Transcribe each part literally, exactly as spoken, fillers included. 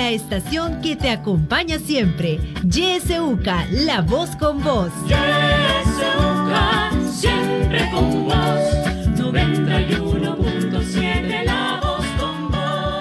la estación que te acompaña siempre. Y S U C A, la voz con vos. Y S U C A, siempre con vos. noventa y uno punto siete, la voz con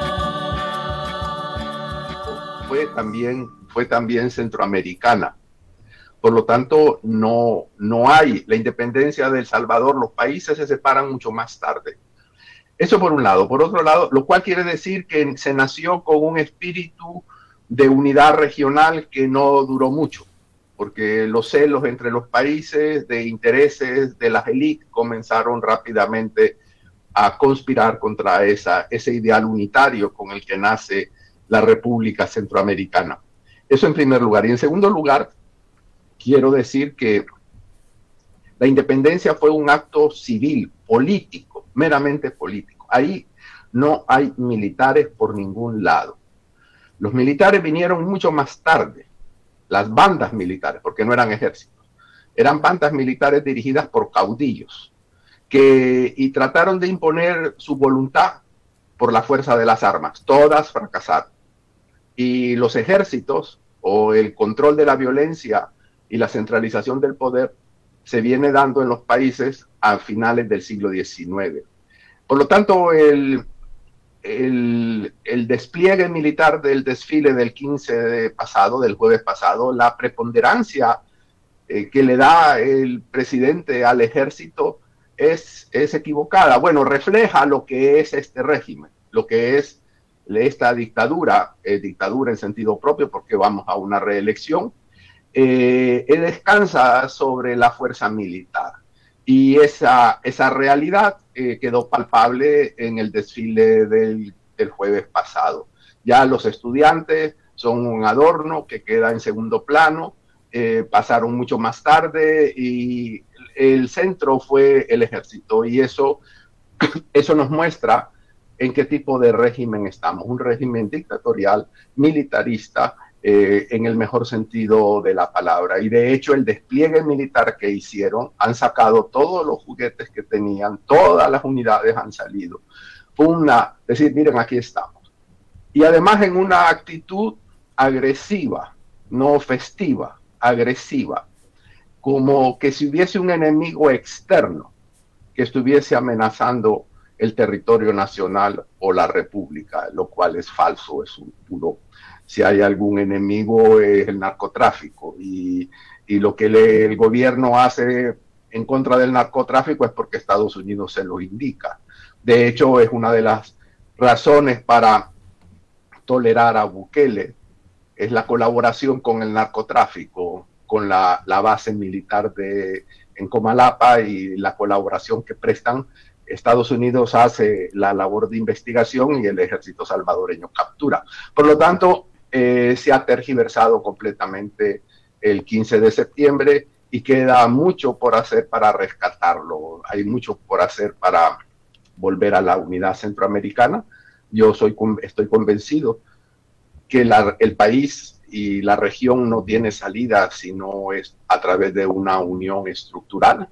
vos. Fue también, fue también centroamericana. Por lo tanto, no, no hay la independencia de El Salvador. Los países se separan mucho más tarde. Eso por un lado. Por otro lado, lo cual quiere decir que se nació con un espíritu de unidad regional que no duró mucho, porque los celos entre los países, de intereses de las élites, comenzaron rápidamente a conspirar contra esa, ese ideal unitario con el que nace la República Centroamericana. Eso en primer lugar. Y en segundo lugar, quiero decir que la independencia fue un acto civil, político, meramente político. Ahí no hay militares por ningún lado. Los militares vinieron mucho más tarde, las bandas militares, porque no eran ejércitos. Eran bandas militares dirigidas por caudillos que y trataron de imponer su voluntad por la fuerza de las armas. Todas fracasaron. Y los ejércitos, o el control de la violencia y la centralización del poder, se viene dando en los países a finales del siglo diecinueve. Por lo tanto, el, el, el despliegue militar del desfile del quince de pasado, del jueves pasado, la preponderancia eh, que le da el presidente al ejército es, es equivocada. Bueno, refleja lo que es este régimen, lo que es esta dictadura, eh, dictadura en sentido propio, porque vamos a una reelección. Eh, descansa sobre la fuerza militar y esa, esa realidad eh, quedó palpable en el desfile del, del jueves pasado. Ya los estudiantes son un adorno que queda en segundo plano, eh, pasaron mucho más tarde y el centro fue el ejército, y eso, eso nos muestra en qué tipo de régimen estamos, un régimen dictatorial, militarista, Eh, en el mejor sentido de la palabra. Y de hecho el despliegue militar que hicieron, han sacado todos los juguetes que tenían, todas las unidades han salido. Fue una, decir, miren, aquí estamos. Y además en una actitud agresiva, no festiva, agresiva, como que si hubiese un enemigo externo que estuviese amenazando el territorio nacional o la república, lo cual es falso, es un puro. Si hay algún enemigo es el narcotráfico, y, y lo que le, el gobierno hace en contra del narcotráfico es porque Estados Unidos se lo indica. De hecho, es una de las razones para tolerar a Bukele, es la colaboración con el narcotráfico, con la, la base militar de, en Comalapa, y la colaboración que prestan. Estados Unidos hace la labor de investigación y el ejército salvadoreño captura. Por lo tanto, Eh, se ha tergiversado completamente el quince de septiembre y queda mucho por hacer para rescatarlo. Hay mucho por hacer para volver a la unidad centroamericana. Yo soy, estoy convencido que la, el país y la región no tiene salida si no es a través de una unión estructural,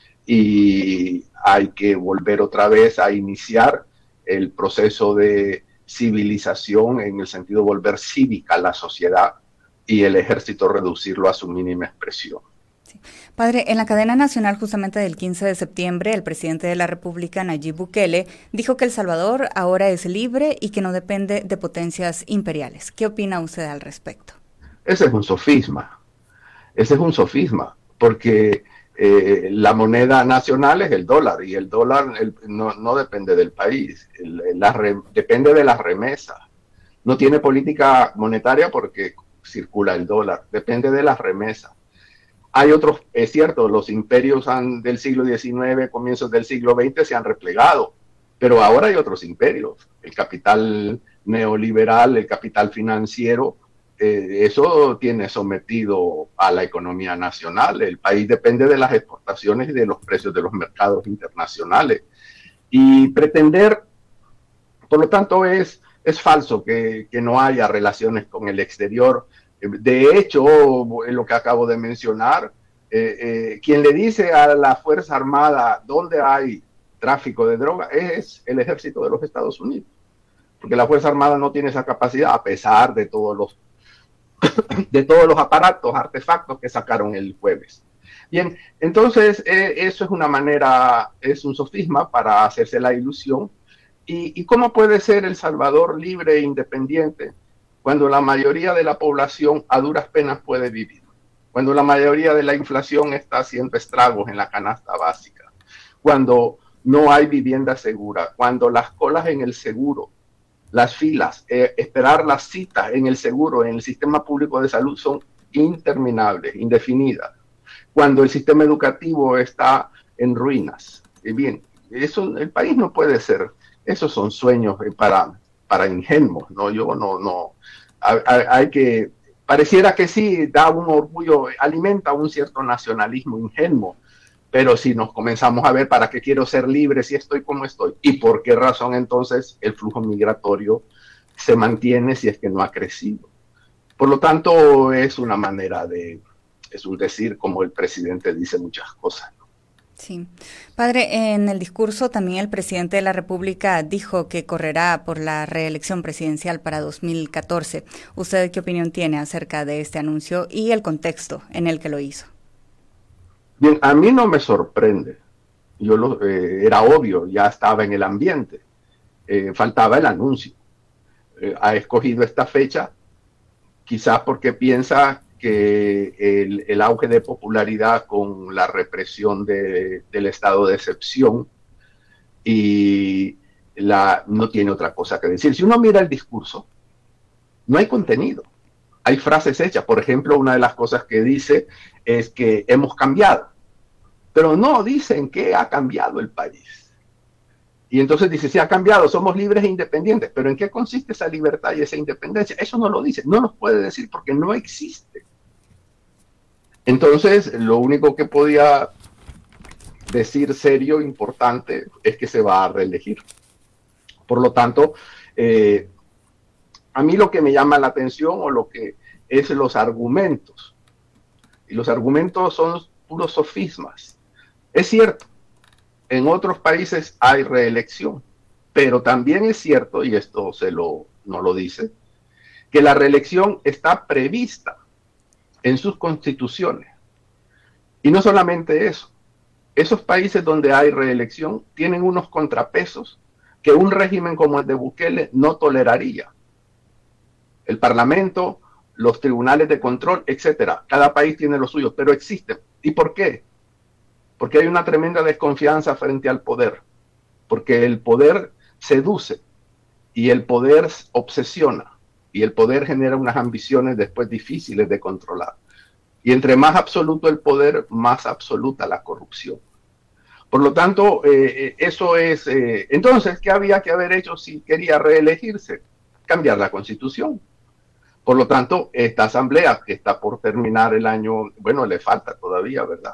y hay que volver otra vez a iniciar el proceso de civilización, en el sentido de volver cívica la sociedad, y el ejército reducirlo a su mínima expresión. Sí. Padre, en la cadena nacional justamente del quince de septiembre, el presidente de la República, Nayib Bukele, dijo que El Salvador ahora es libre y que no depende de potencias imperiales. ¿Qué opina usted al respecto? Ese es un sofisma, ese es un sofisma, porque Eh, la moneda nacional es el dólar, y el dólar el, no, no depende del país, el, la re, depende de las remesas. No tiene política monetaria porque circula el dólar, depende de las remesas. Hay otros, es cierto, los imperios han, del siglo diecinueve, comienzos del siglo veinte se han replegado, pero ahora hay otros imperios, el capital neoliberal, el capital financiero. Eh, eso tiene sometido a la economía nacional. El país depende de las exportaciones y de los precios de los mercados internacionales. Y pretender, por lo tanto, es, es falso que, que no haya relaciones con el exterior. De hecho, lo que acabo de mencionar, eh, eh, quien le dice a la Fuerza Armada dónde hay tráfico de droga es el ejército de los Estados Unidos. porque la Fuerza Armada no tiene esa capacidad a pesar de todos los, de todos los aparatos, artefactos que sacaron el jueves. Bien, entonces eh, eso es una manera, es un sofisma para hacerse la ilusión. ¿Y, y cómo puede ser El Salvador libre e independiente cuando la mayoría de la población a duras penas puede vivir? Cuando la mayoría de la inflación está haciendo estragos en la canasta básica, cuando no hay vivienda segura, cuando las colas en el seguro, las filas, eh, esperar las citas en el seguro, en el sistema público de salud son interminables, indefinidas, cuando el sistema educativo está en ruinas. Y bien, eso, el país no puede ser, esos son sueños para, para ingenuos, ¿no? Yo no, no, hay, hay que, pareciera que sí, da un orgullo, alimenta un cierto nacionalismo ingenuo, pero si nos comenzamos a ver para qué quiero ser libre si estoy como estoy, y por qué razón entonces el flujo migratorio se mantiene si es que no ha crecido. Por lo tanto, es una manera de, es un decir, como el presidente dice muchas cosas. Sí. Padre, en el discurso también el presidente de la República dijo que correrá por la reelección presidencial para dos mil catorce. ¿Usted qué opinión tiene acerca de este anuncio y el contexto en el que lo hizo? Bien, a mí no me sorprende. Yo lo, eh, era obvio, ya estaba en el ambiente. Eh, faltaba el anuncio. Eh, ha escogido esta fecha quizás porque piensa que el, el auge de popularidad con la represión de, del estado de excepción y la, no tiene otra cosa que decir. Si uno mira el discurso, no hay contenido. Hay frases hechas. Por ejemplo, una de las cosas que dice es que hemos cambiado, pero no dicen que ha cambiado el país. Y entonces dice, sí ha cambiado, somos libres e independientes, pero ¿en qué consiste esa libertad y esa independencia? Eso no lo dice, no nos puede decir porque no existe. Entonces, lo único que podía decir serio, importante, es que se va a reelegir. Por lo tanto, eh, a mí lo que me llama la atención o lo que es los argumentos, y los argumentos son puros sofismas. Es cierto, en otros países hay reelección, pero también es cierto, y esto se lo, no lo dice, que la reelección está prevista en sus constituciones. Y no solamente eso, esos países donde hay reelección tienen unos contrapesos que un régimen como el de Bukele no toleraría. El Parlamento, los tribunales de control, etcétera. Cada país tiene lo suyo, pero existen. ¿Y por qué? Porque hay una tremenda desconfianza frente al poder, porque el poder seduce y el poder obsesiona y el poder genera unas ambiciones después difíciles de controlar. Y entre más absoluto el poder, más absoluta la corrupción. Por lo tanto, eh, eso es... Eh, entonces, ¿qué había que haber hecho si quería reelegirse? Cambiar la Constitución. Por lo tanto, esta asamblea que está por terminar el año, bueno, le falta todavía, ¿verdad?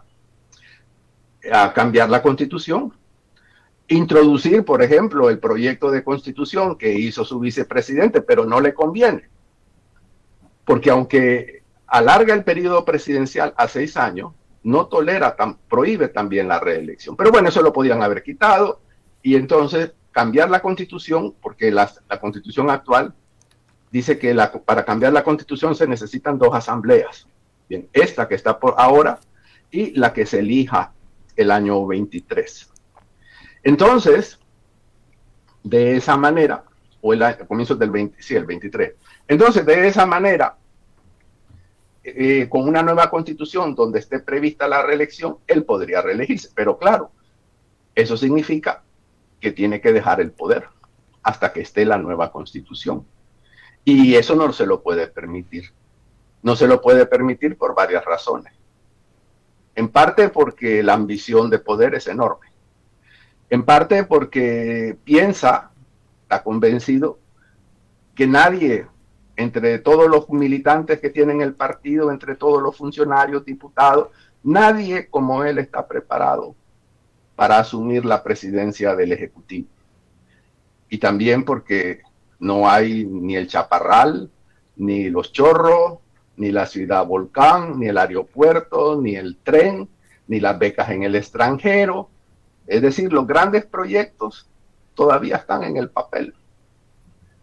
A cambiar la Constitución, introducir, por ejemplo, el proyecto de Constitución que hizo su vicepresidente, pero no le conviene, porque aunque alarga el periodo presidencial a seis años, no tolera, tan, prohíbe también la reelección. Pero bueno, eso lo podían haber quitado y entonces cambiar la Constitución, porque la, la Constitución actual dice que la, para cambiar la Constitución se necesitan dos asambleas. Bien, esta que está por ahora y la que se elija el año veintitrés. Entonces, de esa manera, o el, el comienzo del veinte, sí, el veintitrés. Entonces, de esa manera, eh, con una nueva constitución donde esté prevista la reelección, él podría reelegirse. Pero claro, eso significa que tiene que dejar el poder hasta que esté la nueva constitución. Y eso no se lo puede permitir. No se lo puede permitir por varias razones. En parte porque la ambición de poder es enorme. En parte porque piensa, está convencido, que nadie, entre todos los militantes que tienen el partido, entre todos los funcionarios, diputados, nadie como él está preparado para asumir la presidencia del Ejecutivo. Y también porque no hay ni el Chaparral, ni los Chorros, ni la Ciudad Volcán, ni el aeropuerto, ni el tren, ni las becas en el extranjero. Es decir, los grandes proyectos todavía están en el papel.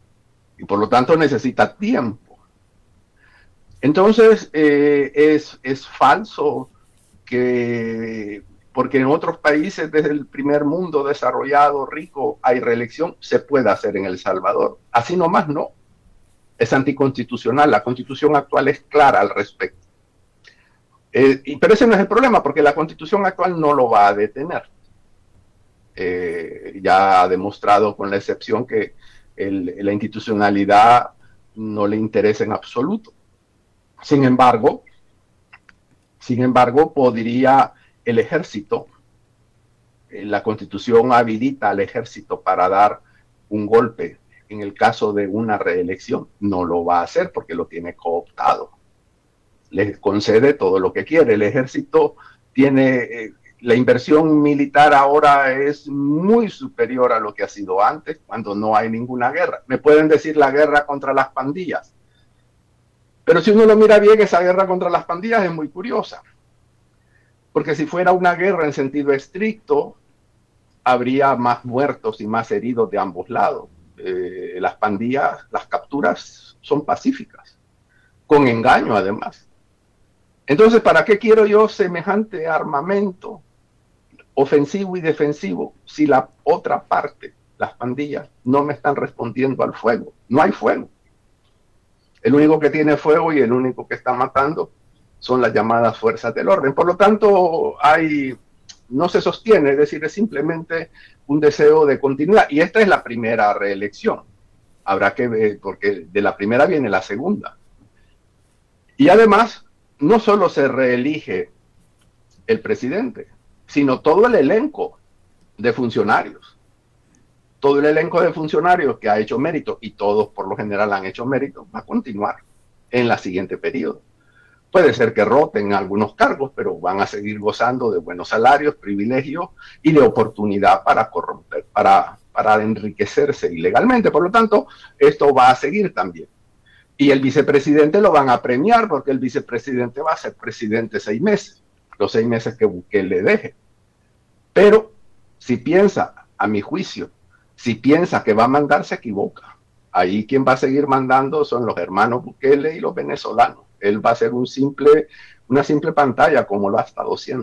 y por lo tanto necesita tiempo. Entonces, eh, es, es falso que porque en otros países desde el primer mundo desarrollado, rico, hay reelección, se puede hacer en El Salvador. Así nomás no. Es anticonstitucional. La constitución actual es clara al respecto. Eh, y, pero ese no es el problema, porque la constitución actual no lo va a detener. Eh, ya ha demostrado con la excepción que el, la institucionalidad no le interesa en absoluto. Sin embargo, sin embargo, podría el ejército, eh, la constitución habilita al ejército para dar un golpe en el caso de una reelección. No lo va a hacer porque lo tiene cooptado. Le concede todo lo que quiere. El ejército tiene, eh, la inversión militar ahora es muy superior a lo que ha sido antes, cuando no hay ninguna guerra. Me pueden decir la guerra contra las pandillas. Pero si uno lo mira bien, esa guerra contra las pandillas es muy curiosa. Porque si fuera una guerra en sentido estricto, habría más muertos y más heridos de ambos lados. Eh, las pandillas, las capturas son pacíficas, con engaño además. Entonces, ¿para qué quiero yo semejante armamento ofensivo y defensivo si la otra parte, las pandillas, no me están respondiendo al fuego? No hay fuego. El único que tiene fuego y el único que está matando son las llamadas fuerzas del orden. Por lo tanto, hay, no se sostiene, es decir, es simplemente un deseo de continuidad. Y esta es la primera reelección. Habrá que ver, porque de la primera viene la segunda. Y además, no solo se reelige el presidente, sino todo el elenco de funcionarios. Todo el elenco de funcionarios que ha hecho mérito, y todos por lo general han hecho mérito, va a continuar en la siguiente periodo. Puede ser que roten algunos cargos, pero van a seguir gozando de buenos salarios, privilegios y de oportunidad para corromper, para, para enriquecerse ilegalmente. Por lo tanto, esto va a seguir también. Y el vicepresidente lo van a premiar porque el vicepresidente va a ser presidente seis meses, los seis meses que, que le deje. Pero si piensa, a mi juicio, si piensa que va a mandar, se equivoca. Ahí quien va a seguir mandando son los hermanos Bukele y los venezolanos. Él va a ser un simple, una simple pantalla como lo ha estado siendo.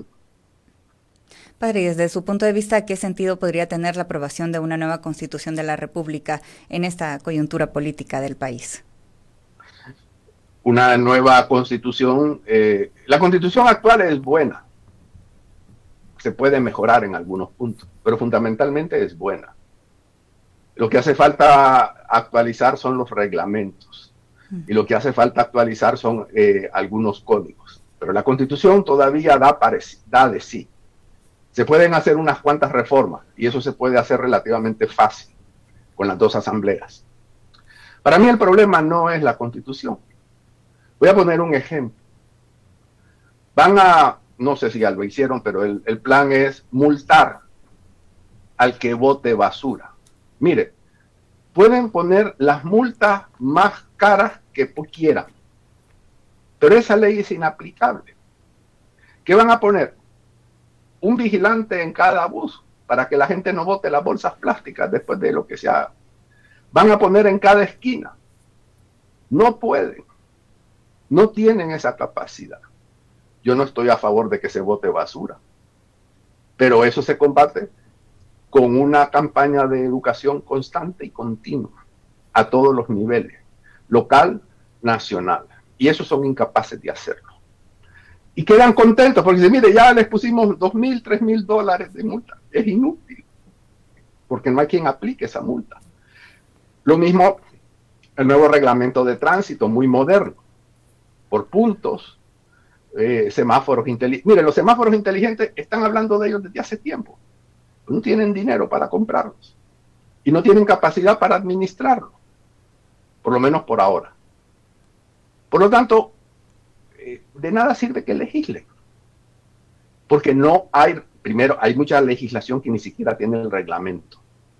Padre, desde su punto de vista, ¿qué sentido podría tener la aprobación de una nueva constitución de la República en esta coyuntura política del país? Una nueva constitución, eh, la constitución actual es buena. Se puede mejorar en algunos puntos, pero fundamentalmente es buena. Lo que hace falta actualizar son los reglamentos. Y lo que hace falta actualizar son eh, algunos códigos. Pero la Constitución todavía da, da de sí. Se pueden hacer unas cuantas reformas y eso se puede hacer relativamente fácil con las dos asambleas. Para mí el problema no es la Constitución. Voy a poner un ejemplo. Van a, no sé si ya lo hicieron, pero el, el plan es multar al que bote basura. Mire, pueden poner las multas más caras que quieran, pero esa ley es inaplicable. ¿Qué van a poner? Un vigilante en cada bus para que la gente no bote las bolsas plásticas después de lo que se haga. Van a poner en cada esquina. No pueden. No tienen esa capacidad. Yo no estoy a favor de que se bote basura, pero eso se combate con una campaña de educación constante y continua a todos los niveles, local, nacional. Y esos son incapaces de hacerlo. Y quedan contentos porque dicen, mire, ya les pusimos dos mil, tres mil dólares de multa. Es inútil, porque no hay quien aplique esa multa. Lo mismo el nuevo reglamento de tránsito, muy moderno, por puntos, eh, semáforos inteligentes. Mire, los semáforos inteligentes están hablando de ellos desde hace tiempo. No tienen dinero para comprarlos y no tienen capacidad para administrarlo, por lo menos por ahora. Por lo tanto, eh, de nada sirve que legislen, porque no hay, primero, hay mucha legislación que ni siquiera tiene el reglamento.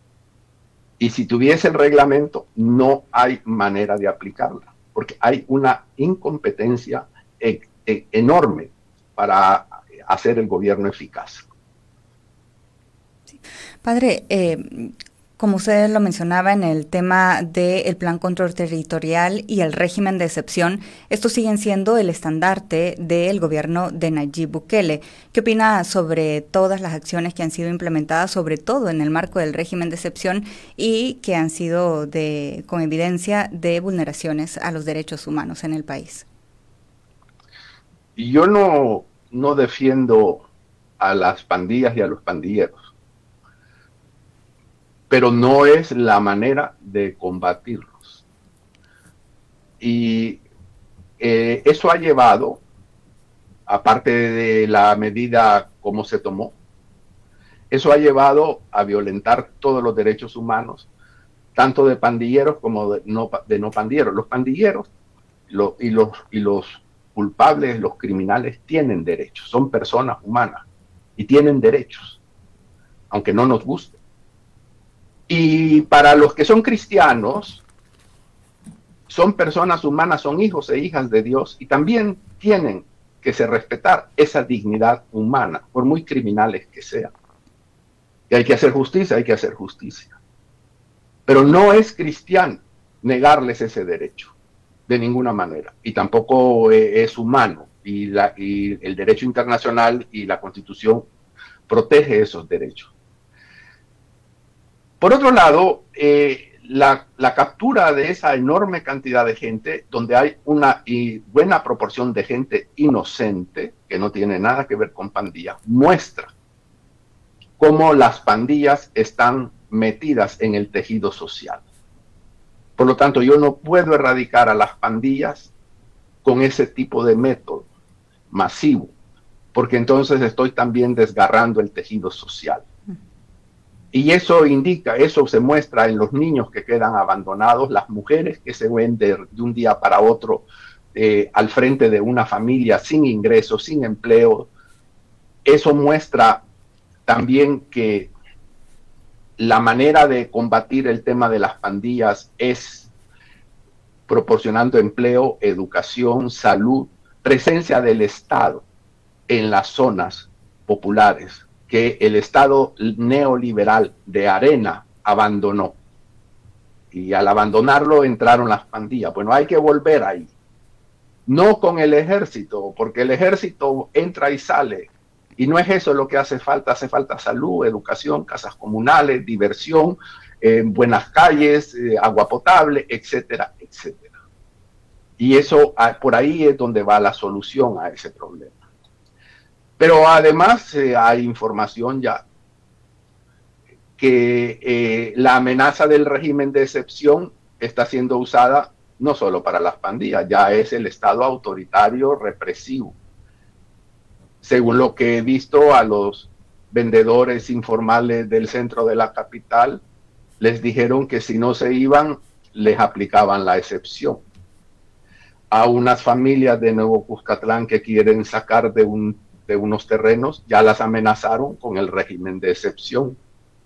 Y si tuviese el reglamento, no hay manera de aplicarla, porque hay una incompetencia e- e- enorme para hacer el gobierno eficaz. Padre, eh, Como usted lo mencionaba en el tema del plan control territorial y el régimen de excepción, estos siguen siendo el estandarte del gobierno de Nayib Bukele. ¿Qué opina sobre todas las acciones que han sido implementadas, sobre todo en el marco del régimen de excepción y que han sido de, con evidencia de vulneraciones a los derechos humanos en el país? Yo no, no defiendo a las pandillas y a los pandilleros, pero no es la manera de combatirlos. Y eh, eso ha llevado, aparte de la medida como se tomó, eso ha llevado a violentar todos los derechos humanos, tanto de pandilleros como de no, de no pandilleros. Los pandilleros lo, y, los, y los culpables, los criminales, tienen derechos, son personas humanas y tienen derechos, aunque no nos guste. Y para los que son cristianos, son personas humanas, son hijos e hijas de Dios y también tienen que se respetar esa dignidad humana, por muy criminales que sean. Y hay que hacer justicia, hay que hacer justicia. Pero no es cristiano negarles ese derecho, de ninguna manera. Y tampoco eh, es humano. Y, la, y el derecho internacional y la Constitución protege esos derechos. Por otro lado, eh, la, la captura de esa enorme cantidad de gente, donde hay una y buena proporción de gente inocente, que no tiene nada que ver con pandillas, muestra cómo las pandillas están metidas en el tejido social. Por lo tanto, yo no puedo erradicar a las pandillas con ese tipo de método masivo, porque entonces estoy también desgarrando el tejido social. Y eso indica, eso se muestra en los niños que quedan abandonados, las mujeres que se ven de, de un día para otro eh, al frente de una familia sin ingresos, sin empleo. Eso muestra también que la manera de combatir el tema de las pandillas es proporcionando empleo, educación, salud, presencia del Estado en las zonas populares, que el Estado neoliberal de Arena abandonó. Y al abandonarlo entraron las pandillas. Bueno, hay que volver ahí. No con el ejército, porque el ejército entra y sale. Y no es eso lo que hace falta. Hace falta salud, educación, casas comunales, diversión, eh, buenas calles, eh, agua potable, etcétera, etcétera. Y eso, por ahí es donde va la solución a ese problema. Pero además eh, hay información ya que eh, la amenaza del régimen de excepción está siendo usada no solo para las pandillas, ya es el Estado autoritario represivo. Según lo que he visto, a los vendedores informales del centro de la capital les dijeron que si no se iban, les aplicaban la excepción. A unas familias de Nuevo Cuscatlán que quieren sacar de un de unos terrenos, ya las amenazaron con el régimen de excepción.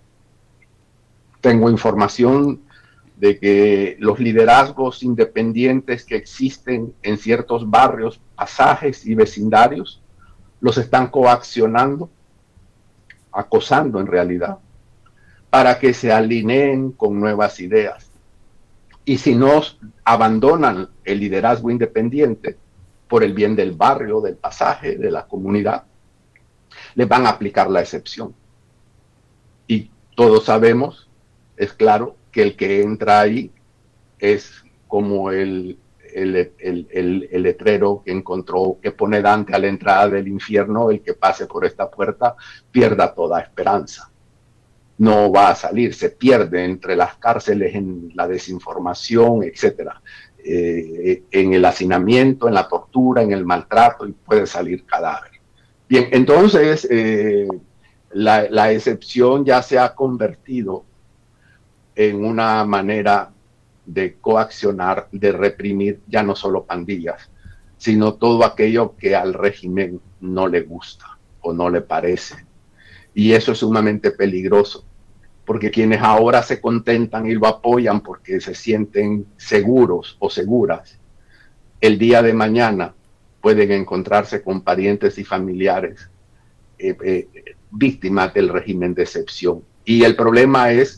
Tengo información de que los liderazgos independientes que existen en ciertos barrios, pasajes y vecindarios, los están coaccionando, acosando en realidad, para que se alineen con nuevas ideas. Y si no abandonan el liderazgo independiente, por el bien del barrio, del pasaje, de la comunidad, les van a aplicar la excepción. Y todos sabemos, es claro, que el que entra ahí es como el, el, el, el, el letrero que encontró, que pone Dante a la entrada del infierno: el que pase por esta puerta pierda toda esperanza. No va a salir, se pierde entre las cárceles, en la desinformación, etcétera. Eh, en el hacinamiento, en la tortura, en el maltrato, y puede salir cadáver. Bien, entonces eh, la, la excepción ya se ha convertido en una manera de coaccionar, de reprimir ya no solo pandillas, sino todo aquello que al régimen no le gusta o no le parece. Y eso es sumamente peligroso, porque quienes ahora se contentan y lo apoyan porque se sienten seguros o seguras, el día de mañana pueden encontrarse con parientes y familiares eh, eh, víctimas del régimen de excepción. Y el problema es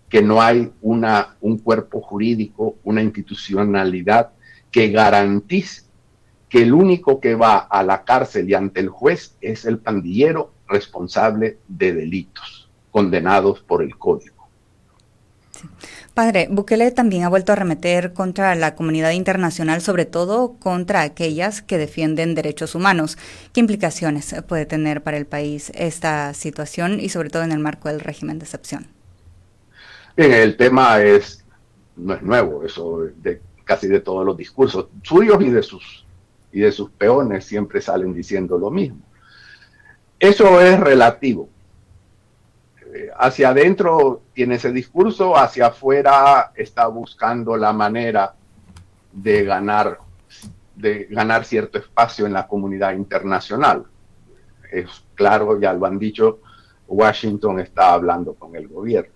que no hay una, un cuerpo jurídico, una institucionalidad que garantice que el único que va a la cárcel y ante el juez es el pandillero responsable de delitos condenados por el Código. Sí. Padre, Bukele también ha vuelto a arremeter contra la comunidad internacional, sobre todo contra aquellas que defienden derechos humanos. ¿Qué implicaciones puede tener para el país esta situación y sobre todo en el marco del régimen de excepción? Bien, el tema es, no es nuevo, eso de casi de todos los discursos suyos y de sus y de sus peones siempre salen diciendo lo mismo. Eso es relativo. Eh, hacia adentro tiene ese discurso, hacia afuera está buscando la manera de ganar, de ganar cierto espacio en la comunidad internacional. Es claro, ya lo han dicho, Washington está hablando con el gobierno.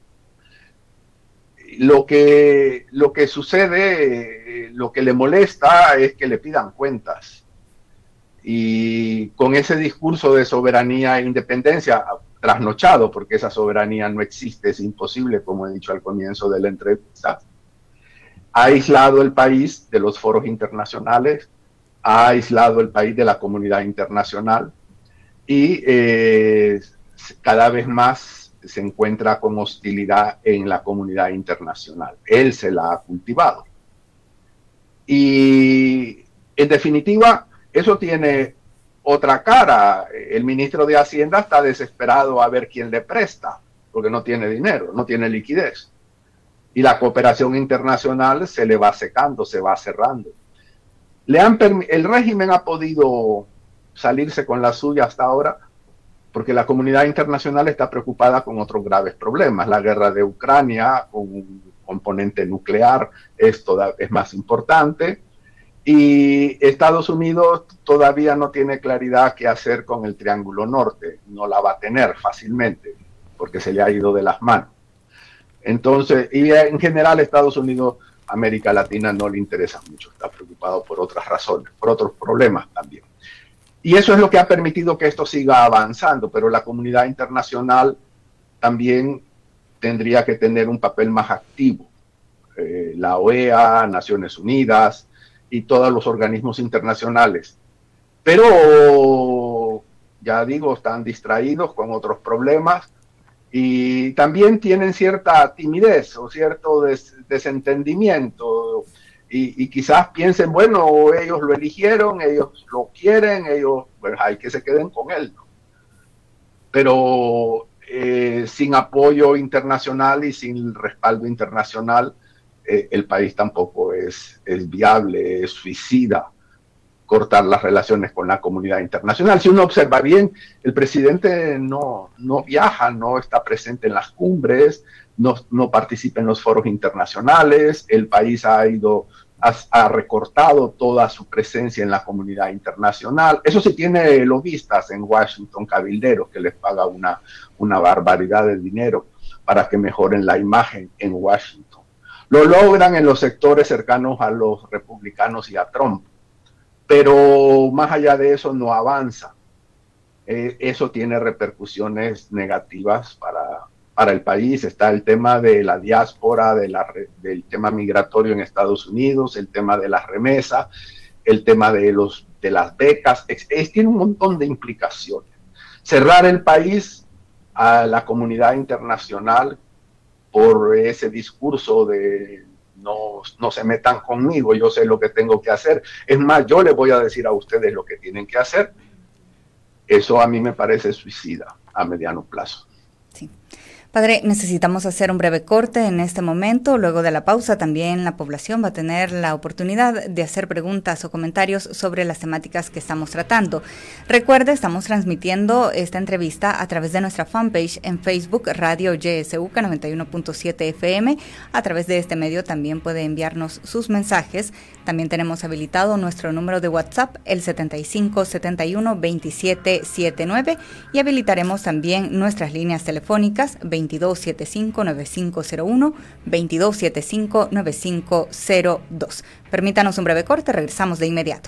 Lo que, lo que sucede, lo que le molesta es que le pidan cuentas. Y con ese discurso de soberanía e independencia, trasnochado, porque esa soberanía no existe, es imposible, como he dicho al comienzo de la entrevista, ha aislado el país de los foros internacionales, ha aislado el país de la comunidad internacional y eh, cada vez más se encuentra con hostilidad en la comunidad internacional. Él se la ha cultivado. Y en definitiva, eso tiene otra cara. El ministro de Hacienda está desesperado a ver quién le presta, porque no tiene dinero, no tiene liquidez. Y la cooperación internacional se le va secando, se va cerrando. Le han el régimen ha podido salirse con la suya hasta ahora, porque la comunidad internacional está preocupada con otros graves problemas. La guerra de Ucrania, con un componente nuclear, esto es más importante. Y Estados Unidos todavía no tiene claridad qué hacer con el Triángulo Norte. No la va a tener fácilmente, porque se le ha ido de las manos. Entonces, y en general Estados Unidos, América Latina no le interesa mucho. Está preocupado por otras razones, por otros problemas también. Y eso es lo que ha permitido que esto siga avanzando, pero la comunidad internacional también tendría que tener un papel más activo. Eh, la O E A, Naciones Unidas y todos los organismos internacionales. Pero, ya digo, están distraídos con otros problemas y también tienen cierta timidez o cierto des desentendimiento. Y, y quizás piensen, bueno, ellos lo eligieron, ellos lo quieren, ellos, pues hay que se queden con él. Pero eh, sin apoyo internacional y sin respaldo internacional, eh, el país tampoco es, es viable, es suicida cortar las relaciones con la comunidad internacional. Si uno observa bien, el presidente no, no viaja, no está presente en las cumbres, no, no participa en los foros internacionales, el país ha ido... ha recortado toda su presencia en la comunidad internacional. Eso sí tiene lobistas en Washington, cabilderos, que les paga una, una barbaridad de dinero para que mejoren la imagen en Washington. Lo logran en los sectores cercanos a los republicanos y a Trump, pero más allá de eso no avanza. Eh, eso tiene repercusiones negativas para... para el país. Está el tema de la diáspora, de la, del tema migratorio en Estados Unidos, el tema de las remesas, el tema de, los, de las becas, es, es, tiene un montón de implicaciones. Cerrar el país a la comunidad internacional por ese discurso de no, no se metan conmigo, yo sé lo que tengo que hacer. Es más, yo les voy a decir a ustedes lo que tienen que hacer. Eso a mí me parece suicida a mediano plazo. Sí. Padre, necesitamos hacer un breve corte en este momento. Luego de la pausa, también la población va a tener la oportunidad de hacer preguntas o comentarios sobre las temáticas que estamos tratando. Recuerde, estamos transmitiendo esta entrevista a través de nuestra fanpage en Facebook, Radio Y S U K noventa y uno punto siete F M. A través de este medio también puede enviarnos sus mensajes. También tenemos habilitado nuestro número de WhatsApp, el setenta y cinco setenta y uno veintisiete setenta y nueve, y habilitaremos también nuestras líneas telefónicas veintidós setenta y cinco noventa y cinco cero uno, veintidós setenta y cinco noventa y cinco cero dos. Permítanos un breve corte, regresamos de inmediato.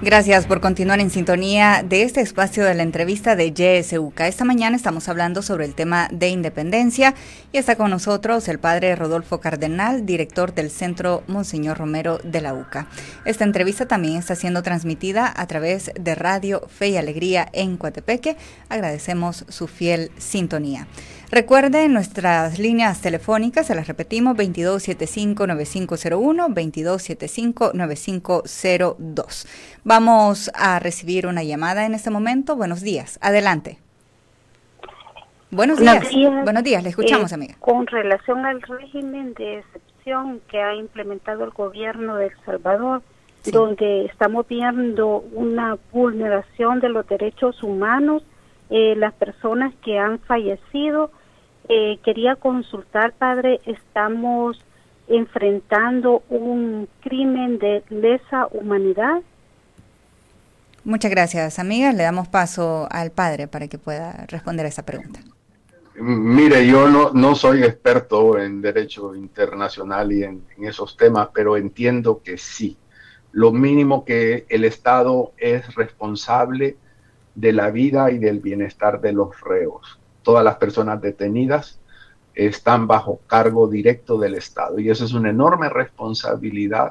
Gracias por continuar en sintonía de este espacio de la entrevista de Y S U C A. Esta mañana estamos hablando sobre el tema de independencia y está con nosotros el padre Rodolfo Cardenal, director del Centro Monseñor Romero de la U C A. Esta entrevista también está siendo transmitida a través de Radio Fe y Alegría en Coatepeque. Agradecemos su fiel sintonía. Recuerden nuestras líneas telefónicas, se las repetimos, veintidós setenta y cinco, noventa y cinco cero uno, veintidós setenta y cinco, noventa y cinco cero dos. Vamos a recibir una llamada en este momento. Buenos días, adelante. Buenos días. Buenos días, Buenos días. Le escuchamos, eh, amiga. Con relación al régimen de excepción que ha implementado el gobierno de El Salvador, sí, donde estamos viendo una vulneración de los derechos humanos, eh, las personas que han fallecido, eh, quería consultar, padre, estamos enfrentando un crimen de lesa humanidad. Muchas gracias, amiga. Le damos paso al padre para que pueda responder a esa pregunta. Mire, yo no, no soy experto en derecho internacional y en, en esos temas, pero entiendo que sí. Lo mínimo que el Estado es responsable de la vida y del bienestar de los reos. Todas las personas detenidas están bajo cargo directo del Estado y eso es una enorme responsabilidad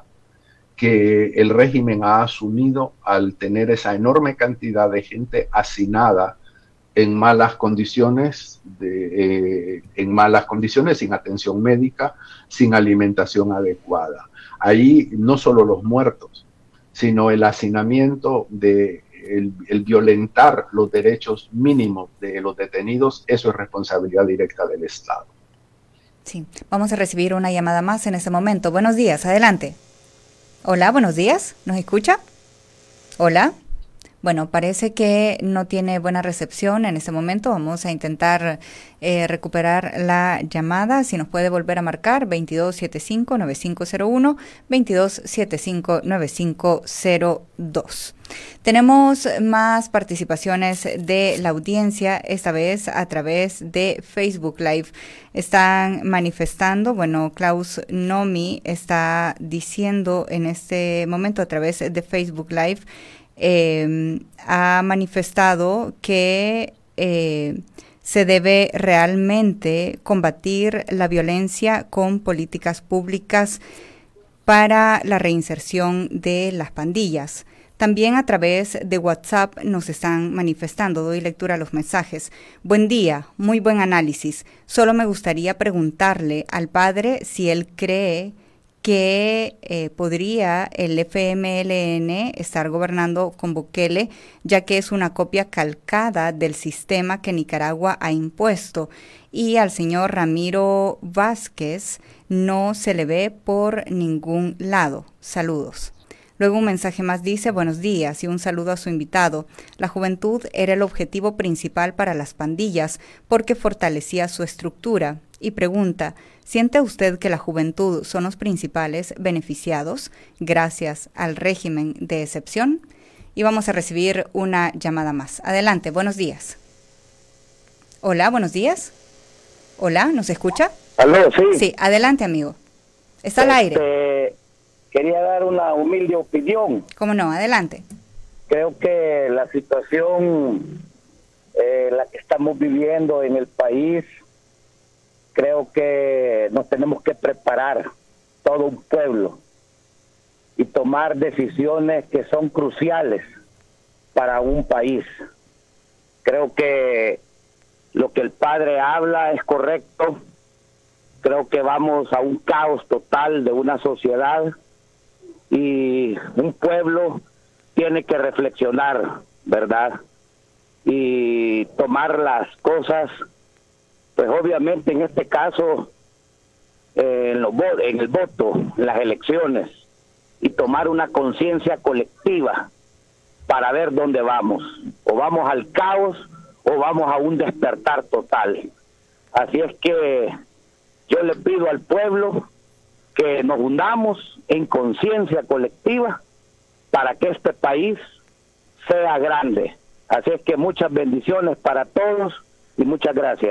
que el régimen ha asumido al tener esa enorme cantidad de gente hacinada en malas condiciones, de, eh, en malas condiciones, sin atención médica, sin alimentación adecuada. Ahí no solo los muertos, sino el hacinamiento, de, el, el violentar los derechos mínimos de los detenidos, eso es responsabilidad directa del Estado. Sí, vamos a recibir una llamada más en este momento. Buenos días, adelante. Hola, buenos días, ¿nos escucha? Hola. Bueno, parece que no tiene buena recepción en este momento. Vamos a intentar eh, recuperar la llamada. Si nos puede volver a marcar, veintidós setenta y cinco, noventa y cinco cero uno, veintidós setenta y cinco, noventa y cinco cero dos. Tenemos más participaciones de la audiencia, esta vez a través de Facebook Live. Están manifestando, bueno, Klaus Nomi está diciendo en este momento a través de Facebook Live, Eh, ha manifestado que eh, se debe realmente combatir la violencia con políticas públicas para la reinserción de las pandillas. También a través de WhatsApp nos están manifestando, doy lectura a los mensajes. Buen día, muy buen análisis. Solo me gustaría preguntarle al padre si él cree que eh, podría el F M L N estar gobernando con Bukele, ya que es una copia calcada del sistema que Nicaragua ha impuesto. Y al señor Ramiro Vázquez no se le ve por ningún lado. Saludos. Luego un mensaje más dice, buenos días y un saludo a su invitado. La juventud era el objetivo principal para las pandillas porque fortalecía su estructura. Y pregunta, ¿siente usted que la juventud son los principales beneficiados gracias al régimen de excepción? Y vamos a recibir una llamada más. Adelante, buenos días. Hola, buenos días. Hola, ¿nos escucha? Aló, sí. Sí, adelante, amigo. Está al este, aire. Quería dar una humilde opinión. ¿Cómo no? Adelante. Creo que la situación, eh, la que estamos viviendo en el país, creo que nos tenemos que preparar todo un pueblo y tomar decisiones que son cruciales para un país. Creo que lo que el padre habla es correcto. Creo que vamos a un caos total de una sociedad y un pueblo tiene que reflexionar, ¿verdad? Y tomar las cosas, pues obviamente en este caso, eh, en, los, en el voto, en las elecciones, y tomar una conciencia colectiva para ver dónde vamos. O vamos al caos o vamos a un despertar total. Así es que yo le pido al pueblo que nos unamos en conciencia colectiva para que este país sea grande. Así es que muchas bendiciones para todos y muchas gracias.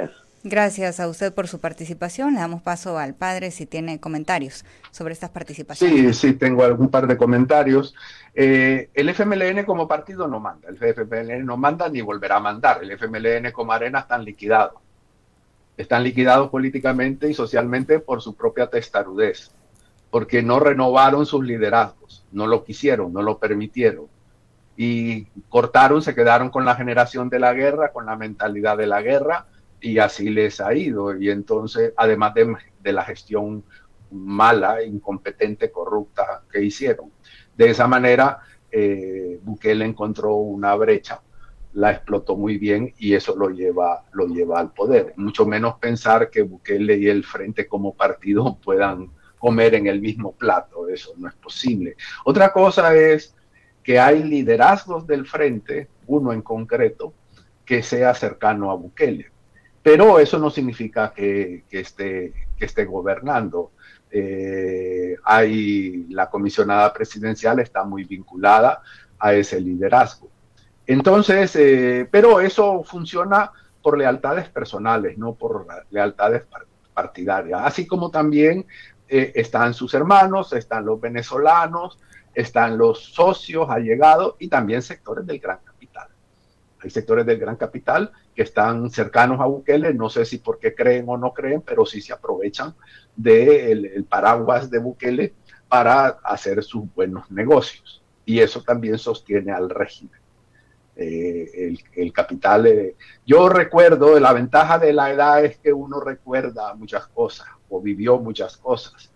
Gracias a usted por su participación. Le damos paso al padre si tiene comentarios sobre estas participaciones. Sí, sí, tengo algún par de comentarios. Eh, el F M L N como partido no manda, el F M L N no manda ni volverá a mandar. El F M L N como arena están liquidados. Están liquidados políticamente y socialmente por su propia testarudez, porque no renovaron sus liderazgos, no lo quisieron, no lo permitieron. Y cortaron, se quedaron con la generación de la guerra, con la mentalidad de la guerra, y así les ha ido. Y entonces, además de, de la gestión mala, incompetente, corrupta que hicieron. De esa manera, eh, Bukele encontró una brecha, la explotó muy bien y eso lo lleva, lo lleva al poder. Mucho menos pensar que Bukele y el Frente como partido puedan comer en el mismo plato, eso no es posible. Otra cosa es que hay liderazgos del Frente, uno en concreto, que sea cercano a Bukele. Pero eso no significa que, que, esté, que esté gobernando. Eh, hay la comisionada presidencial está muy vinculada a ese liderazgo. Entonces, eh, pero eso funciona por lealtades personales, no por lealtades partidarias. Así como también eh, están sus hermanos, están los venezolanos, están los socios allegados y también sectores del gran capital. Hay sectores del gran capital que están cercanos a Bukele, no sé si porque creen o no creen, pero sí se aprovechan del el paraguas de Bukele para hacer sus buenos negocios. Y eso también sostiene al régimen. Eh, el, el capital, eh, yo recuerdo, la ventaja de la edad es que uno recuerda muchas cosas o vivió muchas cosas.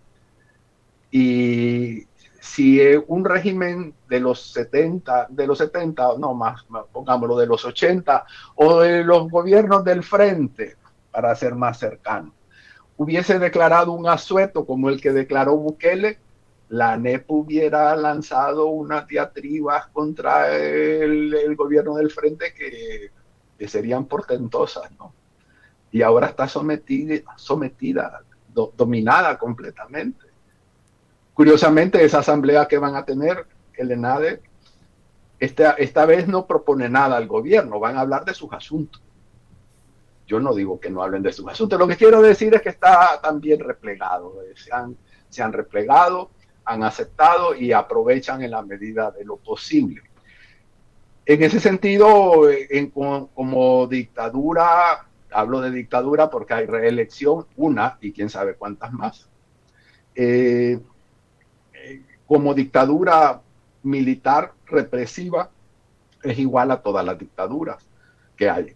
Y si un régimen de los setenta, de los setenta, no más, pongámoslo de los ochenta, o de los gobiernos del Frente, para ser más cercano, hubiese declarado un asueto como el que declaró Bukele, la N E P hubiera lanzado unas diatribas contra el, el gobierno del Frente que, que serían portentosas, ¿no? Y ahora está sometida, sometida do, dominada completamente. Curiosamente, esa asamblea que van a tener, el ENADE, esta, esta vez no propone nada al gobierno, van a hablar de sus asuntos. Yo no digo que no hablen de sus asuntos, lo que quiero decir es que está también replegado, se han, se han replegado, han aceptado y aprovechan en la medida de lo posible. En ese sentido, en, como dictadura, hablo de dictadura porque hay reelección, una y quién sabe cuántas más. Eh, como dictadura militar represiva es igual a todas las dictaduras que hay.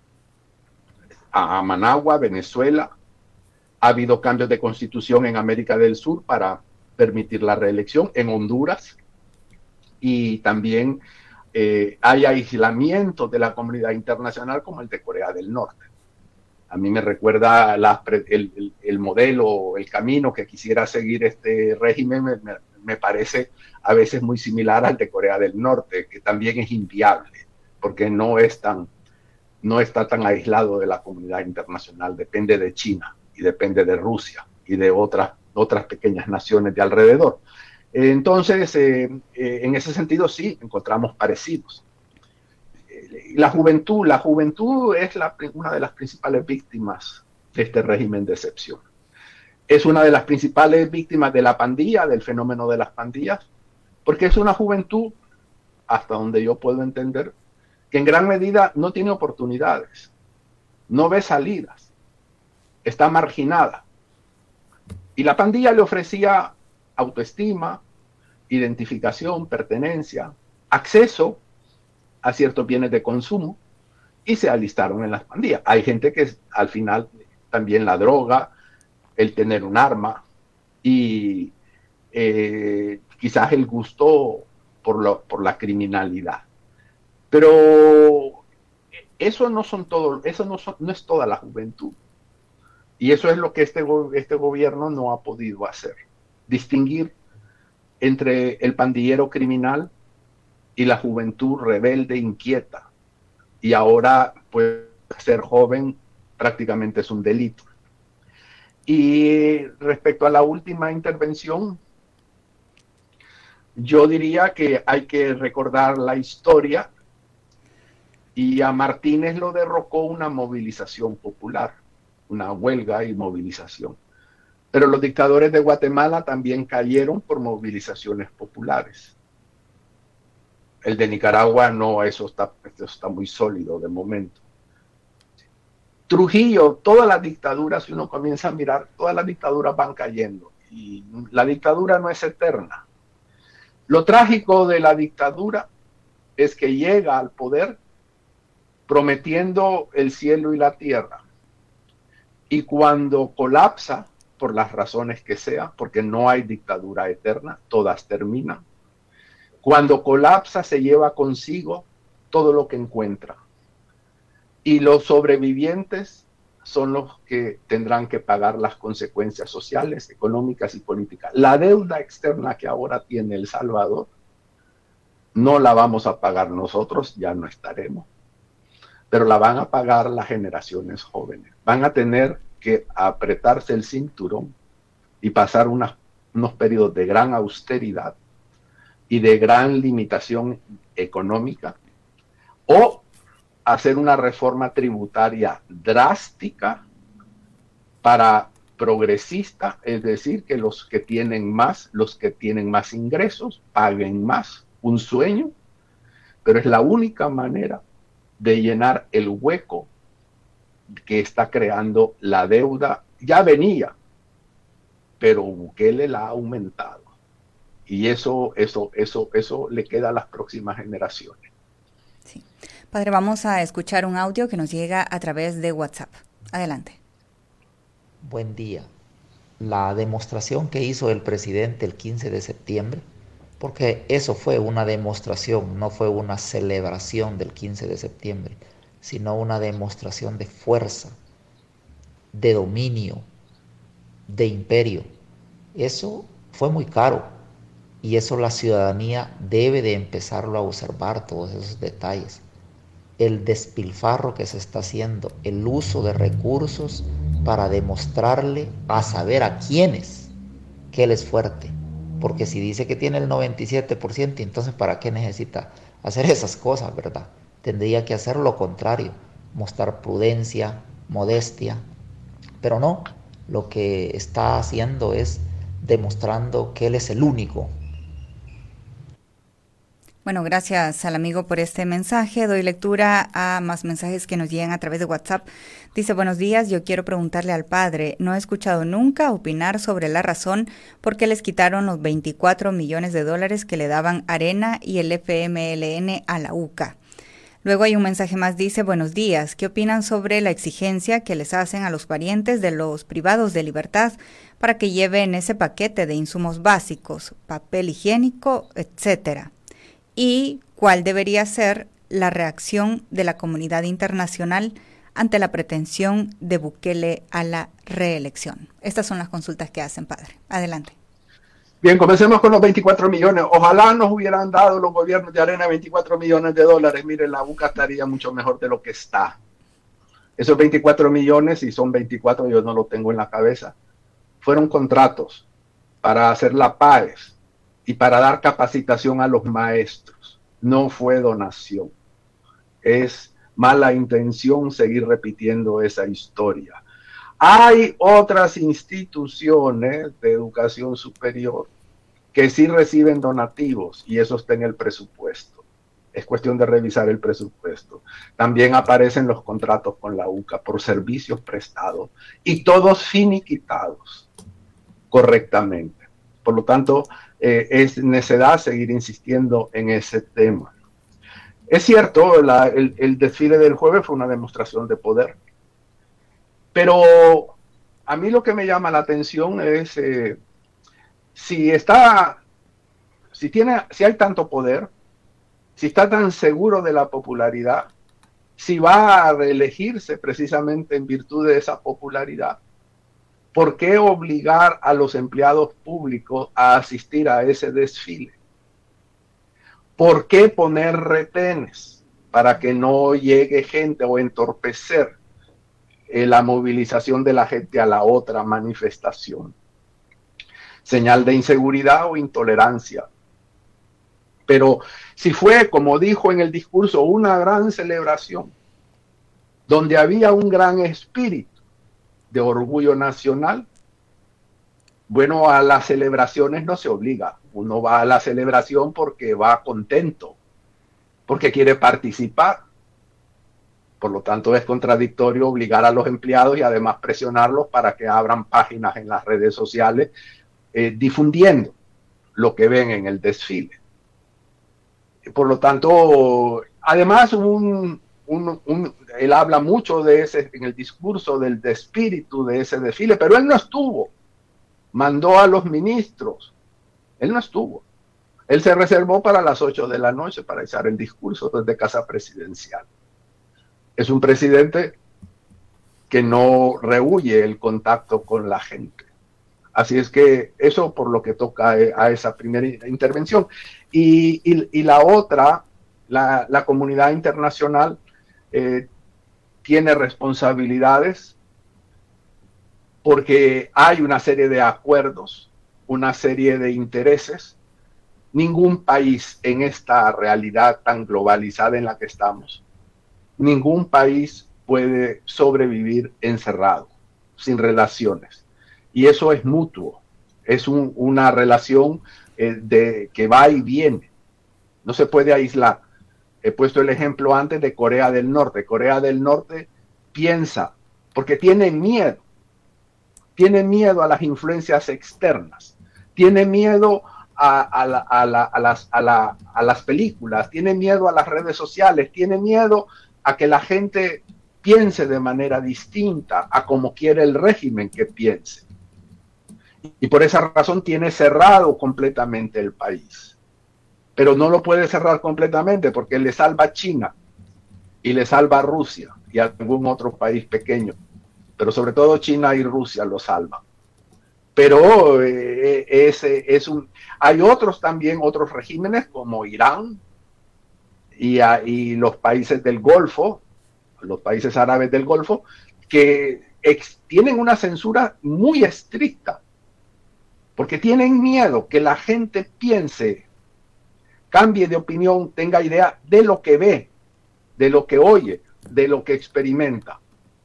A Managua, Venezuela, ha habido cambios de constitución en América del Sur para permitir la reelección, en Honduras, y también eh, hay aislamiento de la comunidad internacional como el de Corea del Norte. A mí me recuerda la, el, el, el modelo, el camino que quisiera seguir este régimen, me, me parece a veces muy similar al de Corea del Norte, que también es inviable, porque no, es tan, no está tan aislado de la comunidad internacional, depende de China y depende de Rusia y de otras, otras pequeñas naciones de alrededor. Entonces, eh, eh, en ese sentido sí, encontramos parecidos. La juventud, la juventud es la, una de las principales víctimas de este régimen de excepción. Es una de las principales víctimas de la pandilla, del fenómeno de las pandillas, porque es una juventud, hasta donde yo puedo entender, que en gran medida no tiene oportunidades, no ve salidas, está marginada. Y la pandilla le ofrecía autoestima, identificación, pertenencia, acceso a ciertos bienes de consumo y se alistaron en las pandillas. Hay gente que al final también la droga, el tener un arma y eh, quizás el gusto por, lo, por la criminalidad. Pero eso no son todo, eso no, son, no es toda la juventud. Y eso es lo que este, este gobierno no ha podido hacer. Distinguir entre el pandillero criminal y la juventud rebelde, inquieta. Y ahora, pues, ser joven prácticamente es un delito. Y respecto a la última intervención, yo diría que hay que recordar la historia, y a Martínez lo derrocó una movilización popular. una huelga y movilización. Pero los dictadores de Guatemala también cayeron por movilizaciones populares. El de Nicaragua no, eso está, eso está muy sólido de momento. Trujillo, todas las dictaduras, si uno comienza a mirar, todas las dictaduras van cayendo. Y la dictadura no es eterna. Lo trágico de la dictadura es que llega al poder prometiendo el cielo y la tierra. Y cuando colapsa, por las razones que sea, porque no hay dictadura eterna, todas terminan. Cuando colapsa se lleva consigo todo lo que encuentra. Y los sobrevivientes son los que tendrán que pagar las consecuencias sociales, económicas y políticas. La deuda externa que ahora tiene El Salvador no la vamos a pagar nosotros, ya no estaremos, pero la van a pagar las generaciones jóvenes. Van a tener que apretarse el cinturón y pasar unas, unos periodos de gran austeridad y de gran limitación económica, o hacer una reforma tributaria drástica para progresista, es decir, que los que tienen más, los que tienen más ingresos, paguen más, un sueño, pero es la única manera de llenar el hueco que está creando la deuda. Ya venía, pero Bukele la ha aumentado. Y eso, eso, eso, eso le queda a las próximas generaciones. Sí. Padre, vamos a escuchar un audio que nos llega a través de WhatsApp. Adelante. Buen día. La demostración que hizo el presidente el quince de septiembre, porque eso fue una demostración, no fue una celebración del quince de septiembre, sino una demostración de fuerza, de dominio, de imperio. Eso fue muy caro y eso la ciudadanía debe de empezarlo a observar, todos esos detalles. El despilfarro que se está haciendo, el uso de recursos para demostrarle a saber a quiénes que él es fuerte. Porque si dice que tiene el noventa y siete por ciento, entonces ¿para qué necesita hacer esas cosas, verdad? Tendría que hacer lo contrario, mostrar prudencia, modestia, pero no, lo que está haciendo es demostrando que él es el único. Bueno, gracias al amigo por este mensaje. Doy lectura a más mensajes que nos llegan a través de WhatsApp. Dice, buenos días, yo quiero preguntarle al padre, no he escuchado nunca opinar sobre la razón por qué les quitaron los veinticuatro millones de dólares que le daban Arena y el F M L N a la U C A. Luego hay un mensaje más, dice, buenos días, ¿qué opinan sobre la exigencia que les hacen a los parientes de los privados de libertad para que lleven ese paquete de insumos básicos, papel higiénico, etcétera? ¿Y cuál debería ser la reacción de la comunidad internacional ante la pretensión de Bukele a la reelección? Estas son las consultas que hacen, padre. Adelante. Bien, comencemos con los veinticuatro millones. Ojalá nos hubieran dado los gobiernos de Arena veinticuatro millones de dólares. Miren, la U C A estaría mucho mejor de lo que está. Esos veinticuatro millones, y son veinticuatro, yo no lo tengo en la cabeza, fueron contratos para hacer la P A E S y para dar capacitación a los maestros. No fue donación. Es mala intención seguir repitiendo esa historia. Hay otras instituciones de educación superior que sí reciben donativos y eso está en el presupuesto. Es cuestión de revisar el presupuesto. También aparecen los contratos con la U C A por servicios prestados y todos finiquitados correctamente. Por lo tanto, eh, es necesidad seguir insistiendo en ese tema. Es cierto, la, el, el desfile del jueves fue una demostración de poder. Pero a mí lo que me llama la atención es eh, si está, si tiene, si hay tanto poder, si está tan seguro de la popularidad, si va a reelegirse precisamente en virtud de esa popularidad, ¿por qué obligar a los empleados públicos a asistir a ese desfile? ¿Por qué poner retenes para que no llegue gente o entorpecer la movilización de la gente a la otra manifestación? Señal de inseguridad o intolerancia. Pero si fue, como dijo en el discurso, una gran celebración, donde había un gran espíritu, de orgullo nacional, bueno, a las celebraciones no se obliga. Uno va a la celebración porque va contento, porque quiere participar. Por lo tanto, es contradictorio obligar a los empleados y además presionarlos para que abran páginas en las redes sociales eh, difundiendo lo que ven en el desfile. Por lo tanto, además, un, un, un, él habla mucho de ese, en el discurso del de espíritu de ese desfile, pero él no estuvo. Mandó a los ministros. Él no estuvo. Él se reservó para las ocho de la noche para echar el discurso desde Casa Presidencial. Es un presidente que no rehúye el contacto con la gente. Así es que eso por lo que toca a esa primera intervención. Y, y, y la otra, la, la comunidad internacional eh, tiene responsabilidades porque hay una serie de acuerdos, una serie de intereses. Ningún país en esta realidad tan globalizada en la que estamos, ningún país puede sobrevivir encerrado, sin relaciones. Y eso es mutuo, es un, una relación eh, de, que va y viene, no se puede aislar. He puesto el ejemplo antes de Corea del Norte. Corea del Norte piensa, porque tiene miedo, tiene miedo a las influencias externas, tiene miedo a, a, la, a, la, a, las, a, la, a las películas, tiene miedo a las redes sociales, tiene miedo a que la gente piense de manera distinta a como quiere el régimen que piense. Y por esa razón tiene cerrado completamente el país. Pero no lo puede cerrar completamente porque le salva a China y le salva a Rusia y a algún otro país pequeño. Pero sobre todo China y Rusia lo salvan. Pero eh, ese es un... hay otros también, otros regímenes como Irán y, a, y los países del Golfo, los países árabes del Golfo, que ex, tienen una censura muy estricta, porque tienen miedo que la gente piense, cambie de opinión, tenga idea de lo que ve, de lo que oye, de lo que experimenta.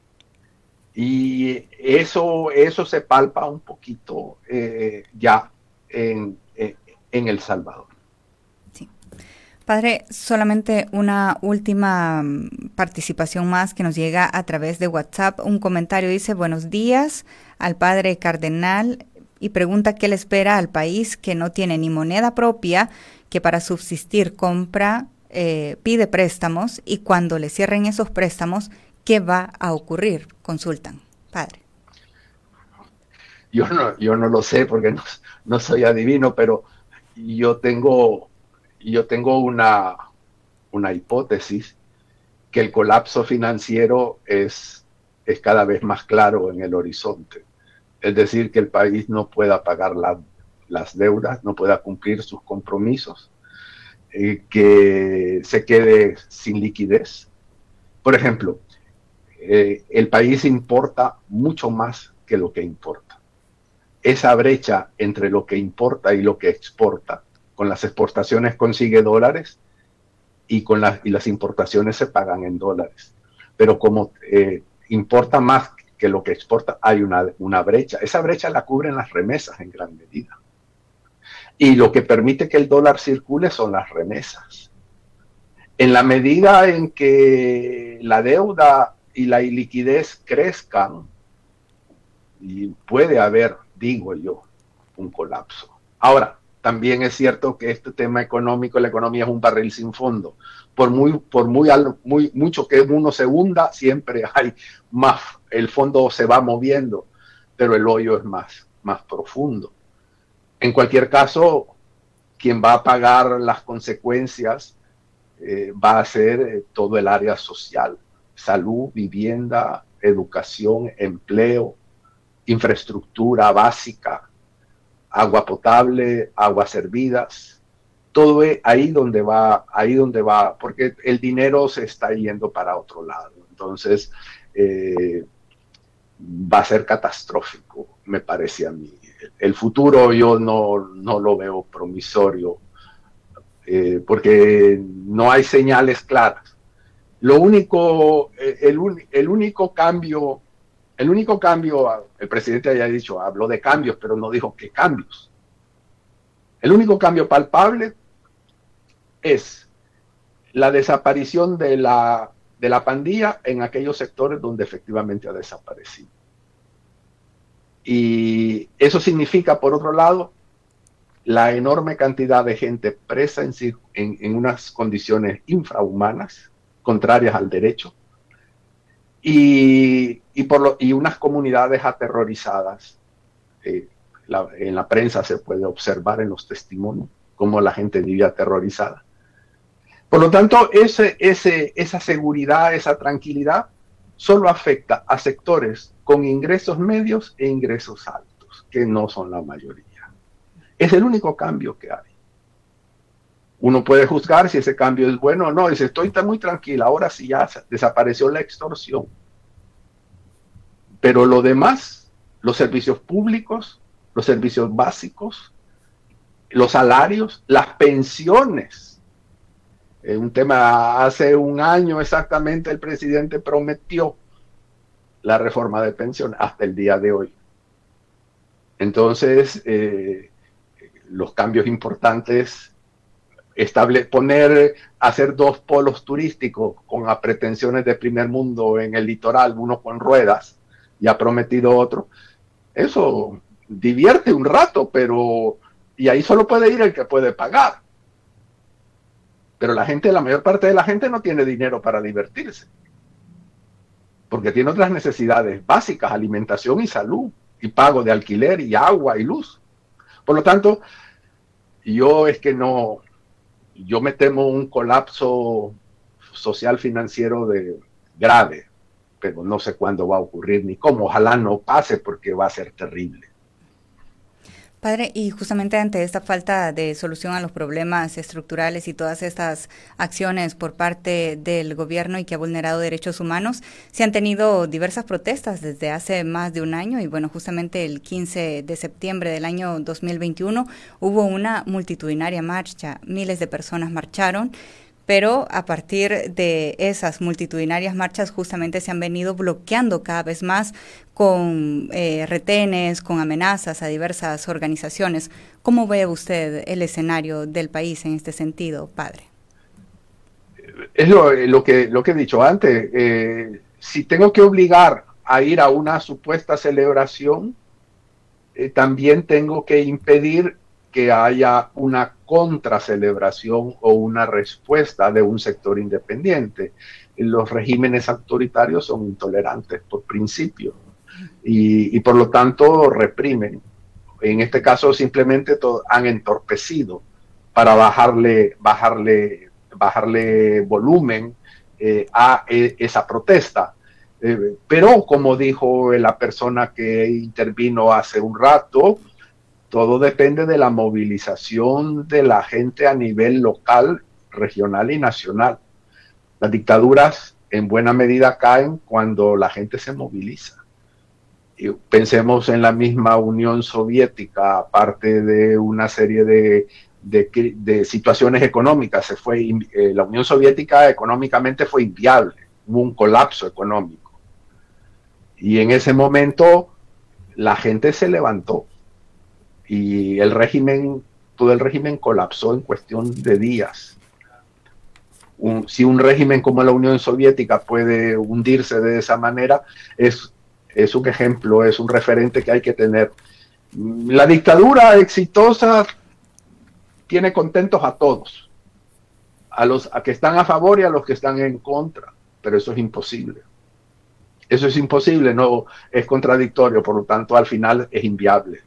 Y eso, eso se palpa un poquito eh, ya en, en, en El Salvador. Padre, solamente una última participación más que nos llega a través de WhatsApp. Un comentario dice, buenos días al padre cardenal, y pregunta qué le espera al país que no tiene ni moneda propia, que para subsistir compra, eh, pide préstamos, y cuando le cierren esos préstamos, ¿qué va a ocurrir? Consultan, padre. Yo no, yo no lo sé porque no, no soy adivino, pero yo tengo... Yo tengo una, una hipótesis que el colapso financiero es, es cada vez más claro en el horizonte. Es decir, que el país no pueda pagar la, las deudas, no pueda cumplir sus compromisos, eh, que se quede sin liquidez. Por ejemplo, eh, el país importa mucho más que lo que importa. Esa brecha entre lo que importa y lo que exporta, con las exportaciones consigue dólares y con las, y las importaciones se pagan en dólares. Pero como eh, importa más que lo que exporta, hay una, una brecha. Esa brecha la cubren las remesas en gran medida. Y lo que permite que el dólar circule son las remesas. En la medida en que la deuda y la iliquidez crezcan, y puede haber, digo yo, un colapso. Ahora, también es cierto que este tema económico, la economía es un barril sin fondo. Por muy, por muy, muy mucho que uno se hunda, siempre hay más, el fondo se va moviendo, pero el hoyo es más, más profundo. En cualquier caso, quien va a pagar las consecuencias eh, va a ser eh, todo el área social, salud, vivienda, educación, empleo, infraestructura básica, agua potable, aguas servidas, todo es ahí donde va, ahí donde va, porque el dinero se está yendo para otro lado. Entonces, eh, va a ser catastrófico, me parece a mí. El futuro yo no, no lo veo promisorio, eh, porque no hay señales claras. Lo único, el, el único cambio el único cambio, el presidente había dicho, habló de cambios, pero no dijo qué cambios. El único cambio palpable es la desaparición de la, de la pandilla en aquellos sectores donde efectivamente ha desaparecido. Y eso significa, por otro lado, la enorme cantidad de gente presa en, en, en unas condiciones infrahumanas, contrarias al derecho, y, y, por lo, y unas comunidades aterrorizadas. Eh, la, en la prensa se puede observar en los testimonios cómo la gente vive aterrorizada. Por lo tanto, ese, ese, esa seguridad, esa tranquilidad, solo afecta a sectores con ingresos medios e ingresos altos, que no son la mayoría. Es el único cambio que hay. Uno puede juzgar si ese cambio es bueno o no. Dice, estoy muy tranquila, ahora sí ya desapareció la extorsión. Pero lo demás, los servicios públicos, los servicios básicos, los salarios, las pensiones. Eh, un tema, hace un año exactamente el presidente prometió la reforma de pensión hasta el día de hoy. Entonces, eh, los cambios importantes, estable, poner, hacer dos polos turísticos con pretensiones de primer mundo en el litoral, uno con ruedas, y ha prometido otro, eso divierte un rato, pero, y ahí solo puede ir el que puede pagar. Pero la gente, la mayor parte de la gente no tiene dinero para divertirse, porque tiene otras necesidades básicas, alimentación y salud, y pago de alquiler y agua y luz. Por lo tanto, yo es que no, yo me temo un colapso social financiero de grave, pero no sé cuándo va a ocurrir ni cómo. Ojalá no pase porque va a ser terrible. Padre, y justamente ante esta falta de solución a los problemas estructurales y todas estas acciones por parte del gobierno y que ha vulnerado derechos humanos, se han tenido diversas protestas desde hace más de un año y bueno, justamente el quince de septiembre del año dos mil veintiuno hubo una multitudinaria marcha, miles de personas marcharon, pero a partir de esas multitudinarias marchas justamente se han venido bloqueando cada vez más con eh, retenes, con amenazas a diversas organizaciones. ¿Cómo ve usted el escenario del país en este sentido, padre? Es lo, lo, que, lo que he dicho antes. Eh, si tengo que obligar a ir a una supuesta celebración, eh, también tengo que impedir que haya una contracelebración o una respuesta de un sector independiente. Los regímenes autoritarios son intolerantes por principio y, y por lo tanto reprimen. En este caso simplemente to- han entorpecido para bajarle, bajarle, bajarle volumen eh, a e- esa protesta. Eh, pero como dijo la persona que intervino hace un rato, todo depende de la movilización de la gente a nivel local, regional y nacional. Las dictaduras en buena medida caen cuando la gente se moviliza. Y pensemos en la misma Unión Soviética, aparte de una serie de, de, de situaciones económicas. Se fue, eh, la Unión Soviética económicamente fue inviable, hubo un colapso económico. Y en ese momento la gente se levantó. Y el régimen, todo el régimen colapsó en cuestión de días. Un, si un régimen como la Unión Soviética puede hundirse de esa manera, es, es un ejemplo, es un referente que hay que tener. La dictadura exitosa tiene contentos a todos, a los a que están a favor y a los que están en contra, pero eso es imposible. Eso es imposible, no es contradictorio, por lo tanto al final es inviable.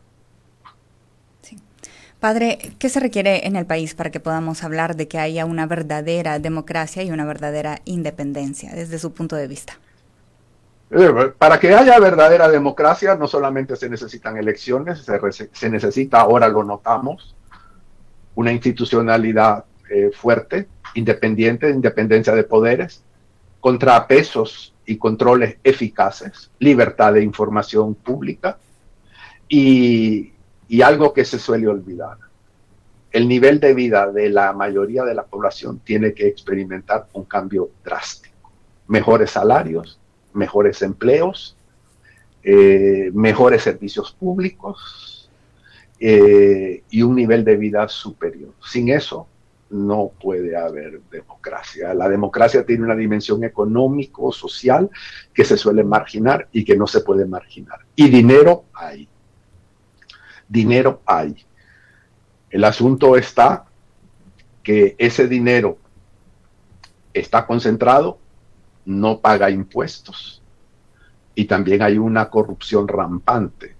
Padre, ¿qué se requiere en el país para que podamos hablar de que haya una verdadera democracia y una verdadera independencia, desde su punto de vista? Para que haya verdadera democracia, no solamente se necesitan elecciones, se, se necesita, ahora lo notamos, una institucionalidad eh, fuerte, independiente, independencia de poderes, contrapesos y controles eficaces, libertad de información pública y... Y algo que se suele olvidar, el nivel de vida de la mayoría de la población tiene que experimentar un cambio drástico. Mejores salarios, mejores empleos, eh, mejores servicios públicos eh, y un nivel de vida superior. Sin eso no puede haber democracia. La democracia tiene una dimensión económico, social, que se suele marginar y que no se puede marginar. Y dinero hay. Dinero hay. El asunto está que ese dinero está concentrado, no paga impuestos y también hay una corrupción rampante.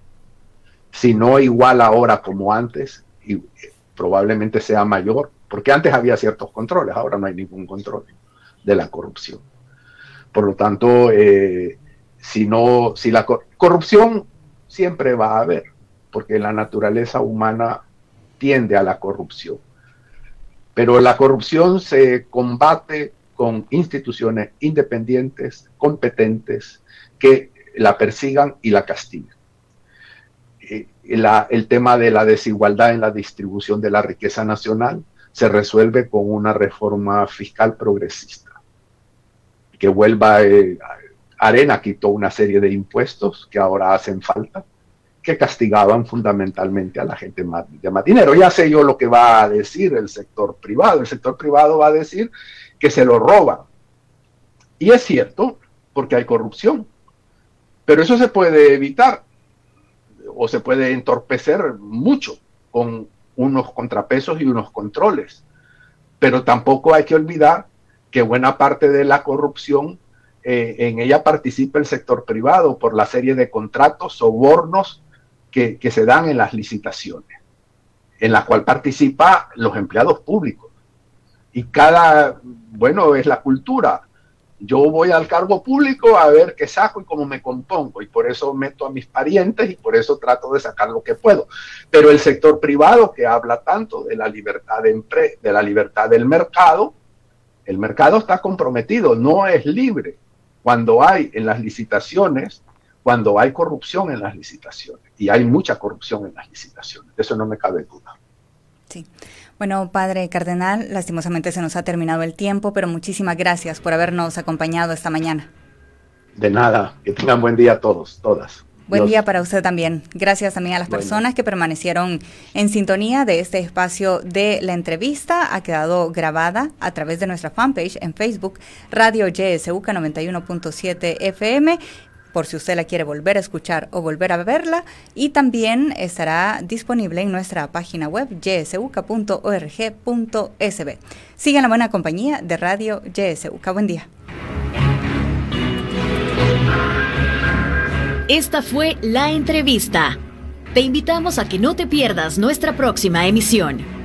Si no igual ahora como antes, y probablemente sea mayor, porque antes había ciertos controles, ahora no hay ningún control de la corrupción. Por lo tanto, eh, si no, si la cor- corrupción siempre va a haber, porque la naturaleza humana tiende a la corrupción. Pero la corrupción se combate con instituciones independientes, competentes, que la persigan y la castiguen. Eh, la, el tema de la desigualdad en la distribución de la riqueza nacional se resuelve con una reforma fiscal progresista, que vuelva, eh, Arena quitó una serie de impuestos que ahora hacen falta, que castigaban fundamentalmente a la gente más, de más dinero. Ya sé yo lo que va a decir el sector privado. El sector privado va a decir que se lo roban. Y es cierto, porque hay corrupción. Pero eso se puede evitar o se puede entorpecer mucho con unos contrapesos y unos controles. Pero tampoco hay que olvidar que buena parte de la corrupción, eh, en ella participa el sector privado por la serie de contratos, sobornos que, que se dan en las licitaciones, en la cual participan los empleados públicos. Y cada, bueno, es la cultura. Yo voy al cargo público a ver qué saco y cómo me compongo, y por eso meto a mis parientes y por eso trato de sacar lo que puedo. Pero el sector privado, que habla tanto de la libertad de, empre- de la libertad del mercado, el mercado está comprometido, no es libre cuando hay en las licitaciones, cuando hay corrupción en las licitaciones, y hay mucha corrupción en las licitaciones, de eso no me cabe duda. Sí. Bueno, padre cardenal, lastimosamente se nos ha terminado el tiempo, pero muchísimas gracias por habernos acompañado esta mañana. De nada, que tengan buen día a todos, todas. Buen Dios. día para usted también. Gracias también a las Bueno. personas que permanecieron en sintonía de este espacio de la entrevista. Ha quedado grabada a través de nuestra fanpage en Facebook, Radio Y S U K noventa y uno punto siete F M, por si usted la quiere volver a escuchar o volver a verla, y también estará disponible en nuestra página web y s u k punto org punto s b. Sigan la buena compañía de Radio Y S U K. Buen día. Esta fue La Entrevista. Te invitamos a que no te pierdas nuestra próxima emisión.